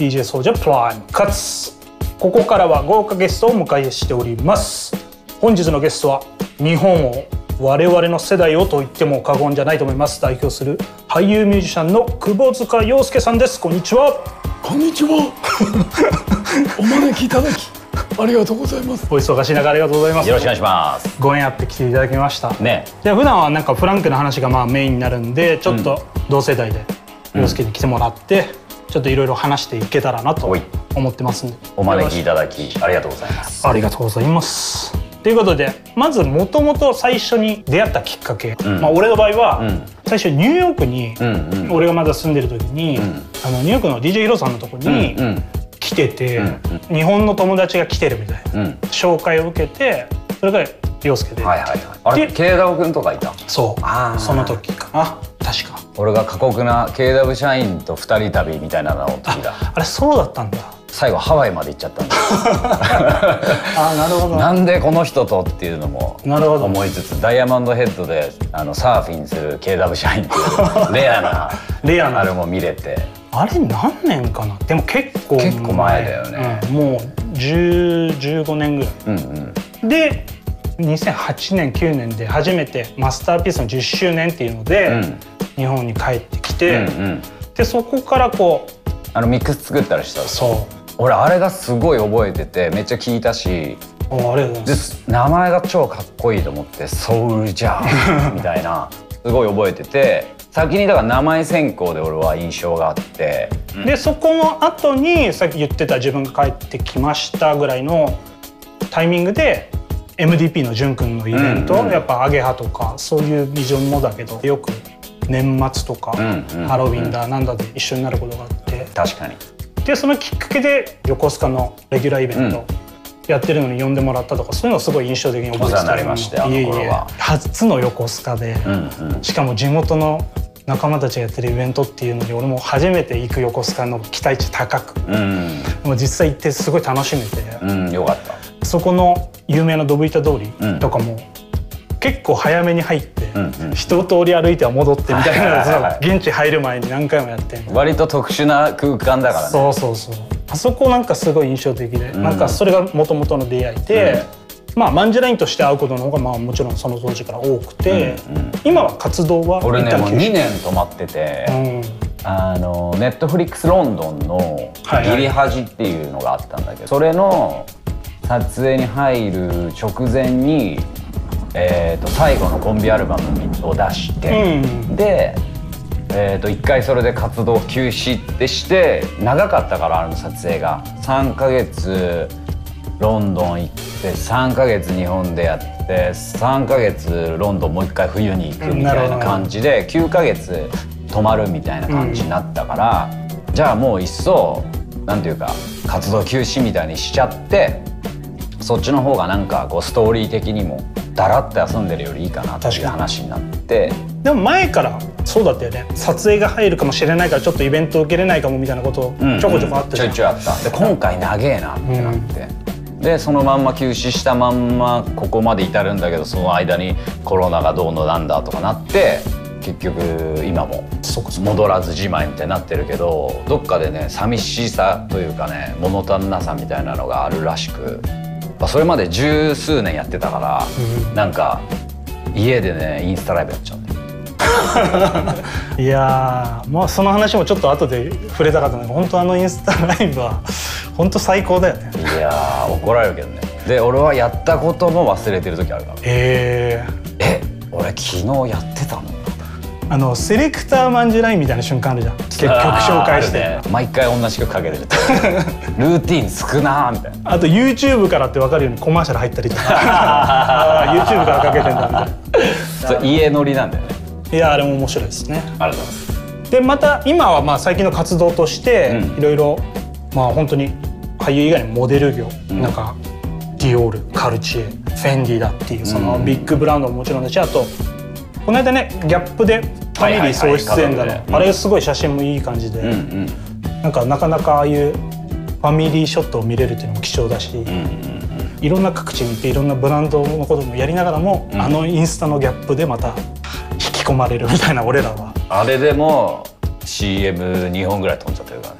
DJ ソウジャープライムかつここからは豪華ゲストをお迎えしております。本日のゲストは日本を我々の世代をと言っても過言じゃないと思います。代表する俳優ミュージシャンの窪塚洋介さんです。こんにちは。 こんにちは。お招きいただきありがとうございます。 お忙しい中ありがとうございます。 よろしくお願いします。 ご縁あって来ていただきましたね。 で普段はなんかフランクな話がまあメインになるんで、ちょっと同世代で洋介に来てもらって、ちょっといろいろ話していけたらなと思ってますんで、 お招きいただきありがとうございます。 ありがとうございます。ということで、まずもともと最初に出会ったきっかけ、俺の場合は、最初ニューヨークに、俺がまだ住んでる時に、ニューヨークの DJ ヒロさんのとこに来てて、日本の友達が来てるみたいな、紹介を受けて、それが洋介で、 あれ KW 君とかいた？ そうその時かな、確か。 俺が過酷な KW 社員と2人旅みたいなの時だ。 あれそうだったんだ。 最後ハワイまで行っちゃったんだ。 あ、なるほど。 なんでこの人とっていうのも思いつつ、ダイヤモンドヘッドでサーフィンする KW 社員っていうレアなあれも見れて。 あれ何年かな。でも結構前だよね。 もう15年ぐらい。で2008年9年で初めてマスターピースの10周年っていうので日本に帰ってきて、でそこからこうミックス作ったりした。 そう俺あれがすごい覚えてて、めっちゃ聞いたし、 ありがとうございます。 名前が超かっこいいと思って、ソウルジャーみたいなすごい覚えてて、先にだから名前選考で俺は印象があって、 でそこの後にさっき言ってた自分が帰ってきましたぐらいのタイミングで MDP の潤くんのイベント、やっぱアゲハとかそういうビジョンもだけど、よく年末とかハロウィンだなんだで一緒になることがあって、 確かに。 でそのきっかけで横須賀のレギュラーイベントやってるのに呼んでもらったとか、そういうのすごい印象的に覚えてた。 お世話になりまして、あの頃は初の横須賀で、しかも地元の仲間たちがやってるイベントっていうので、俺も初めて行く横須賀の期待値高く、もう実際行ってすごい楽しめて、 よかった。 そこの有名なドブ板通りとかも結構早めに入って、一通り歩いては戻ってみたいな、現地入る前に何回もやって、 割と特殊な空間だからね。 そうあそこなんかすごい印象的で、なんかそれがもともとの出会いで、まあマンジュラインとして会うことの方がまあもちろんその当時から多くて、今は活動は俺ねもう2年泊まってて、ネットフリックスロンドンの「ギリハジ」っていうのがあったんだけど、それの撮影に入る直前に最後のコンビアルバムを出して、で1回それで活動休止ってして、長かったから撮影が3ヶ月ロンドン行って3ヶ月日本でやって3ヶ月ロンドンもう一回冬に行くみたいな感じで9ヶ月泊まるみたいな感じになったから、じゃあもういっそなんていうか活動休止みたいにしちゃって、そっちの方がなんかこうストーリー的にもだらって遊んでるよりいいかなっていう話になって。 でも前からそうだったよね。撮影が入るかもしれないからちょっとイベント受けれないかもみたいなことちょこちょこあったじゃん。 ちょいちょいあった。で今回長えなってなって、でそのまんま休止したまんまここまで至るんだけど、その間にコロナがどうのなんだとかなって、結局今も戻らずじまいみたいになってるけど、どっかでね寂しさというかね、物足んなさみたいなのがあるらしく、それまで十数年やってたから、なんか家でねインスタライブやっちゃうんだよ。 いやまあその話もちょっと後で触れたかったんだけど、本当インスタライブは本当最高だよね。 いや怒られるけどね。で俺はやったことも忘れてる時あるから。俺昨日やってたの？ セレクターマンジュラインみたいな瞬間あるじゃん。結局紹介して、 毎回同じ曲かけてる。ルーティン少なーみたいな。 あと YouTube からって分かるようにコマーシャル入ったりとかYouTube からかけてんだみたいな。 それ家乗りなんだよね。 いやあれも面白いですね。 ありがとうございます。 でまた今はまあ最近の活動としていろいろまあ本当に俳優以外にモデル業、なんかディオール、カルチエ、フェンディだっていうそのビッグブランドももちろんだし、あとこの間ねギャップでファミリー総出演だの、あれすごい写真もいい感じで、なんかなかなかああいうファミリーショットを見れるっていうのも貴重だし、いろんな各地に行っていろんなブランドのこともやりながらも、あのインスタのギャップでまた引き込まれるみたいな、俺らは。 あれでも CM2 本ぐらい飛んじゃってるからね。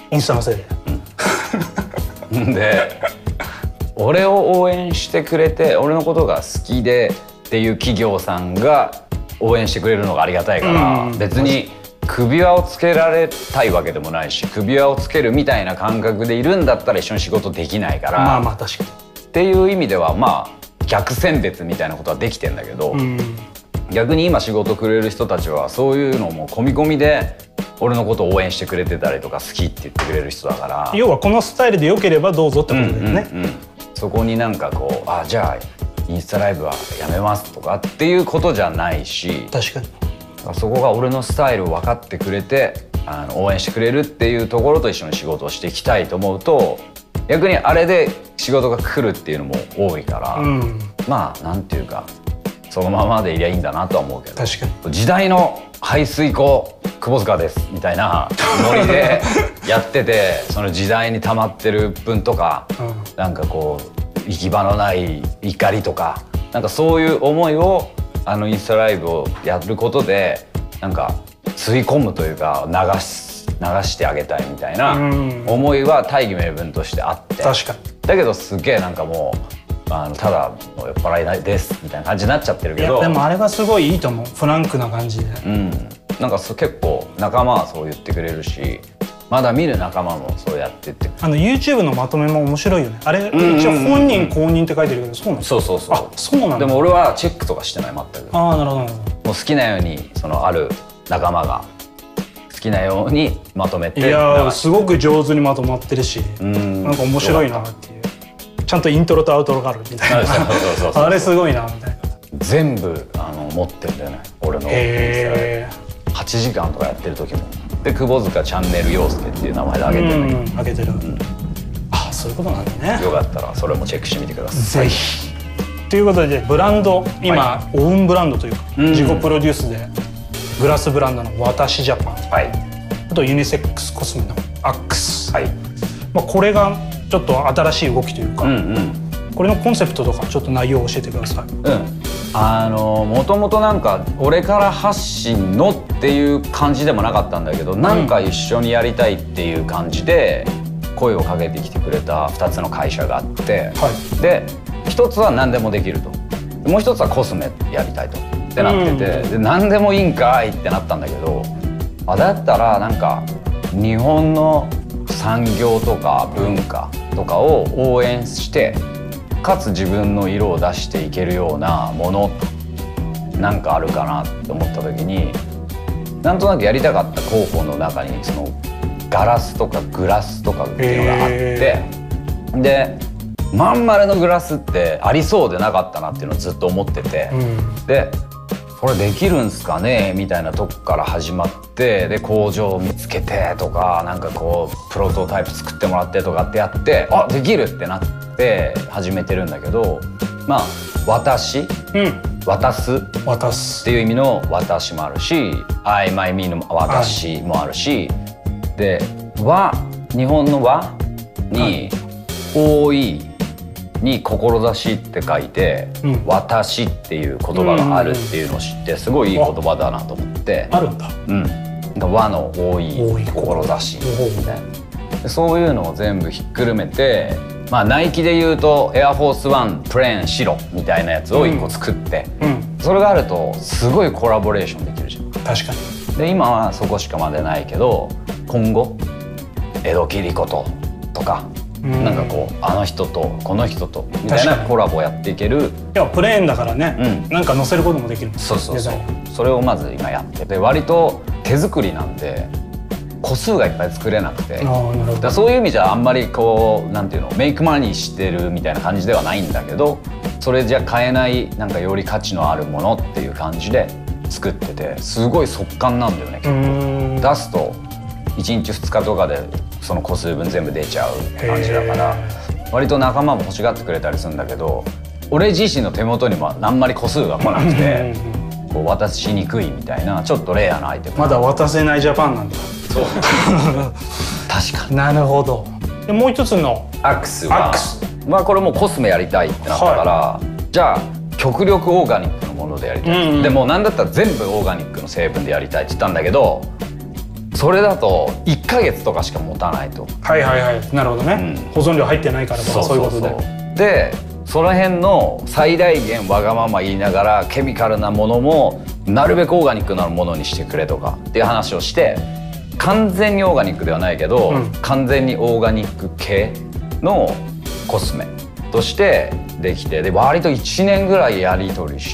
インスタのせいで、 で俺を応援してくれて俺のことが好きでっていう企業さんが応援してくれるのがありがたいから、別に首輪をつけられたいわけでもないし、首輪をつけるみたいな感覚でいるんだったら一緒に仕事できないから、 まあまあ確かにっていう意味ではまあ逆選別みたいなことはできてんだけど、逆に今仕事くれる人たちはそういうのも込み込みで俺のことを応援してくれてたりとか好きって言ってくれる人だから、 要はこのスタイルで良ければどうぞってことだよね。 そこになんかこうじゃあインスタライブはやめますとかっていうことじゃないし、 確かにそこが俺のスタイルを分かってくれて応援してくれるっていうところと一緒に仕事をしていきたいと思うと、逆にあれで仕事が来るっていうのも多いから、まあなんていうかそのままでいりゃいいんだなとは思うけど、 確かに時代の排水溝窪塚ですみたいなノリでやっててその時代に溜まってる鬱憤とか、なんかこう行き場のない怒りとか、なんかそういう思いをインスタライブをやることでなんか吸い込むというか流してあげたいみたいな思いは大義名分としてあって、 確かにだけどすげえなんかもうただの酔っ払いですみたいな感じになっちゃってるけど、 いやでもあれがすごいいいと思う、フランクな感じで。 なんか結構仲間はそう言ってくれるし、まだ見る仲間もそうやってて、 YouTube のまとめも面白いよね。あれ一応本人公認って書いてるけど、そうなんですか？ そうそうなんだ。 でも俺はチェックとかしてない、全く。 なるほど。もう好きなようにある仲間が好きなようにまとめて、 いやすごく上手にまとまってるし、なんか面白いなっていう、ちゃんとイントロとアウトロがあるみたいな、あれすごいなみたいな。 全部持ってるんだよね、俺の。8時間とかやってる時もで、窪塚チャンネル陽介っていう名前で上げてるんだけど、 上げてる。そういうことなんだね。 よかったらそれもチェックしてみてください。 ぜひ。ということでブランド、今オウンブランドというか自己プロデュースでグラスブランドの私ジャパン、あとユニセックスコスメのアックス、これがちょっと新しい動きというか、これのコンセプトとかちょっと内容を教えてください。 もともとなんか俺から発信のっていう感じでもなかったんだけど、なんか一緒にやりたいっていう感じで声をかけてきてくれた2つの会社があって、で1つは何でもできると、もう1つはコスメやりたいとってなってて、で何でもいいんかいってなったんだけど、だったらなんか日本の産業とか文化とかを応援してかつ自分の色を出していけるようなものなんかあるかなって思った時に、なんとなくやりたかった候補の中にガラスとかグラスとかっていうのがあって、でまん丸のグラスってありそうでなかったなっていうのをずっと思ってて、でこれできるんすかねみたいなとこから始まって、で工場を見つけてとか、なんかこうプロトタイプ作ってもらってとかってやって、できるってなって始めてるんだけど、まあ渡すっていう意味の私もあるし、I, my, me の私もあるし、で日本の和に多いに志って書いて、私っていう言葉があるっていうのを知って、すごいいい言葉だなと思って。 あるんだ。 和の多い志みたいな、そういうのを全部ひっくるめて、まあナイキでいうとエアフォースワンプレーン白みたいなやつを1個作って、それがあるとすごいコラボレーションできるじゃん。 確かに。 で今はそこしかまでないけど、今後江戸切子とか、なんかこうあの人とこの人とみたいなコラボをやっていける。 いやプレーンだからね、なんか載せることもできる。 そうそれをまず今やってて、割と手作りなんで個数がいっぱい作れなくて、だそういう意味じゃあんまりこうなんていうのメイクマネーしてるみたいな感じではないんだけど、それじゃ買えないなんかより価値のあるものっていう感じで作ってて、すごい速乾なんだよね。結構出すと1日2日とかでその個数分全部出ちゃう感じだから、割と仲間も欲しがってくれたりするんだけど、俺自身の手元にもあんまり個数が来なくてこう渡しにくいみたいな、ちょっとレアなアイテム。 まだ渡せないジャパンなんだ。 そう確かに。 なるほど。でもう一つのアックスはこれもうコスメやりたいってなったから、じゃあ極力オーガニックのものでやりたい、でもなんだったら全部オーガニックの成分でやりたいって言ったんだけど、 それだと1ヶ月とかしか持たないと。 はいはいはい、なるほどね、保存料入ってないからとかそういうことで。 でその辺の最大限わがまま言いながらケミカルなものもなるべくオーガニックなものにしてくれとかっていう話をして、完全にオーガニックではないけど、完全にオーガニック系のコスメとしてできて、で割と1年ぐらいやり取りして、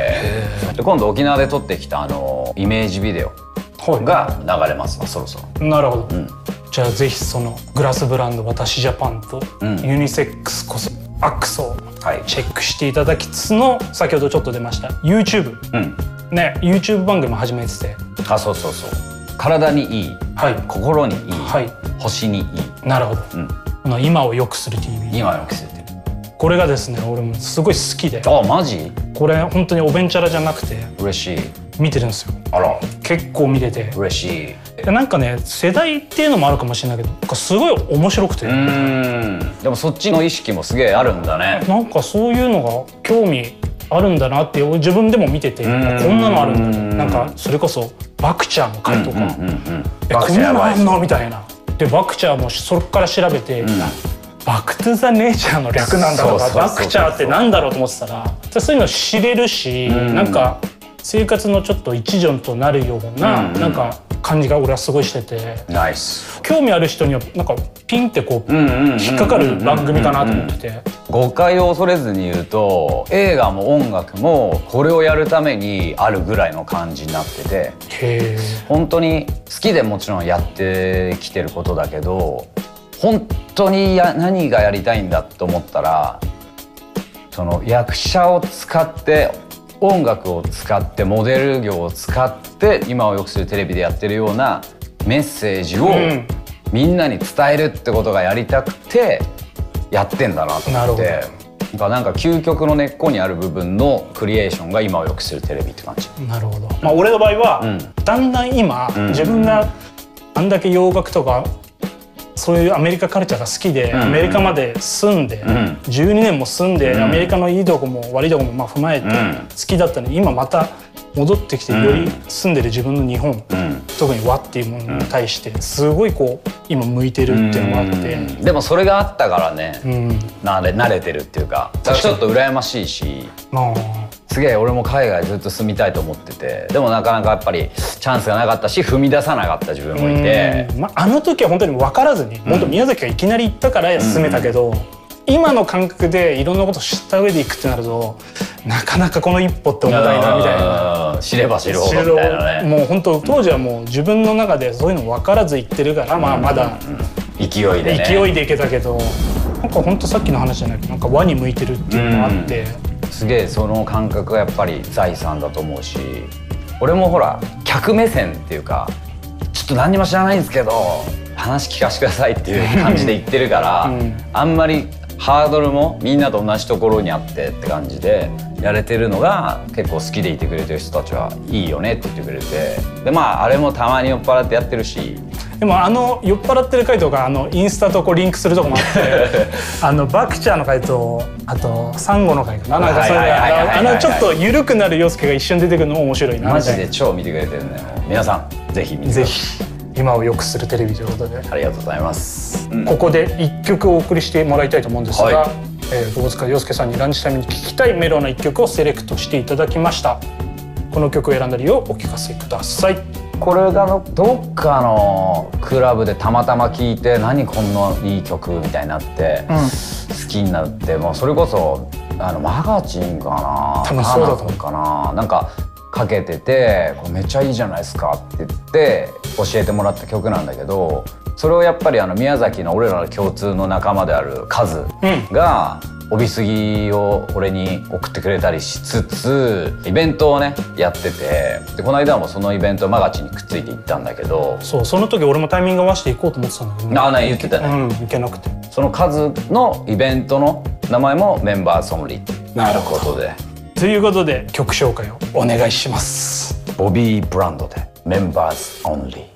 で今度沖縄で撮ってきたイメージビデオが流れますわ、そろそろ。 なるほど、じゃあぜひそのグラスブランド私ジャパンとユニセックスコスアックスをチェックしていただきつつの、先ほどちょっと出ました YouTube、ね、YouTube 番組も始めてて、 あ、そうそうそう、体にいい、心にいい、星にいい。 なるほど、今を良くする TV。 今を良くする TV、 これがですね俺もすごい好きで。 あ、マジ？これ本当におべんちゃらじゃなくて嬉しい、 見てるんですよ。 あら、 結構見てて嬉しい。 なんかね、世代っていうのもあるかもしれないけど、すごい面白くて。 でもそっちの意識もすげえあるんだね。 なんかそういうのが興味あるんだなって自分でも見てて、こんなのあるんだ。なんかそれこそバクチャーの回とか、こんなのあんのみたいな。でバクチャーもそこから調べて、バックトゥザネイチャーの略なんだとか、バクチャーってなんだろうと思ってたら、そういうの知れるし、なんか生活のちょっと一助となるようななんか感じが俺はすごいしてて、 ナイス。 興味ある人にはなんかピンってこう引っかかる番組かなと思ってて。 誤解を恐れずに言うと、映画も音楽もこれをやるためにあるぐらいの感じになってて、本当に好きでもちろんやってきてることだけど、本当に何がやりたいんだと思ったら、その役者を使って音楽を使ってモデル業を使って今を良くするテレビでやってるようなメッセージをみんなに伝えるってことがやりたくてやってんだなと思って、なんか究極の根っこにある部分のクリエーションが今を良くするテレビって感じ。 なるほど。まあ俺の場合は、だんだん今、自分があんだけ洋楽とかそういうアメリカカルチャーが好きで、アメリカまで住んで、12年も住んで、アメリカのいいとこも悪いとこもまあ踏まえて好きだったのに、今また戻ってきてより住んでる自分の日本、特に和っていうものに対してすごいこう今向いてるっていうのがあって、 でもそれがあったからね、慣れてるっていうか、ちょっと羨ましいし、すげえ俺も海外ずっと住みたいと思ってて、でもなかなかやっぱりチャンスがなかったし、踏み出さなかった自分もいて、 あの時は本当に分からずに、本当宮崎がいきなり行ったから進めたけど、今の感覚でいろんなことを知った上で行くってなると、なかなかこの一歩って重たいなみたいな。 知れば知るほどみたいなね。 もう本当当時はもう自分の中でそういうの分からず行ってるから、まあまだ勢いでね、 勢いで行けたけど、なんか本当さっきの話じゃないけど、なんか和に向いてるっていうのがあって、 すげえその感覚がやっぱり財産だと思うし、俺もほら客目線っていうか、ちょっと何にも知らないんですけど話聞かせてくださいっていう感じで言ってるから、あんまりハードルもみんなと同じところにあってって感じでやれてるのが、結構好きでいてくれてる人たちはいいよねって言ってくれて、でまああれもたまに酔っ払ってやってるし、 でも酔っ払ってる回とかインスタとこうリンクするとこもあってバクチャーの回とあとサンゴの回かな、なんかそれちょっと緩くなる陽介が一瞬出てくるのも面白いな。 マジで超見てくれてるんだよ。皆さんぜひ見てください。 ぜひ今を良くするテレビということでありがとうございます。 ここで1曲お送りしてもらいたいと思うんですが、大塚陽介さんにランチタイムに聴きたいメロな1曲をセレクトしていただきました。この曲を選んだ理由をお聞かせください。 これがどっかのクラブでたまたま聴いて、何こんないい曲みたいになって好きになって、もうそれこそマガジンかな、 多分そうだと思うかな、なんかかけてて、これめっちゃいいじゃないですかって言って教えてもらった曲なんだけど、それをやっぱり宮崎の俺らの共通の仲間であるカズが帯杉を俺に送ってくれたりしつつ、イベントをねやってて、でこの間もそのイベントマガチンにくっついて行ったんだけど、 その時俺もタイミング合わせて行こうと思ってたんだけど言ってたね、 行けなくて、 そのカズのイベントの名前もメンバーズオンリーっていうことで、 ということで曲紹介をお願いします。 ボビー・ブランドでメンバーズオンリー。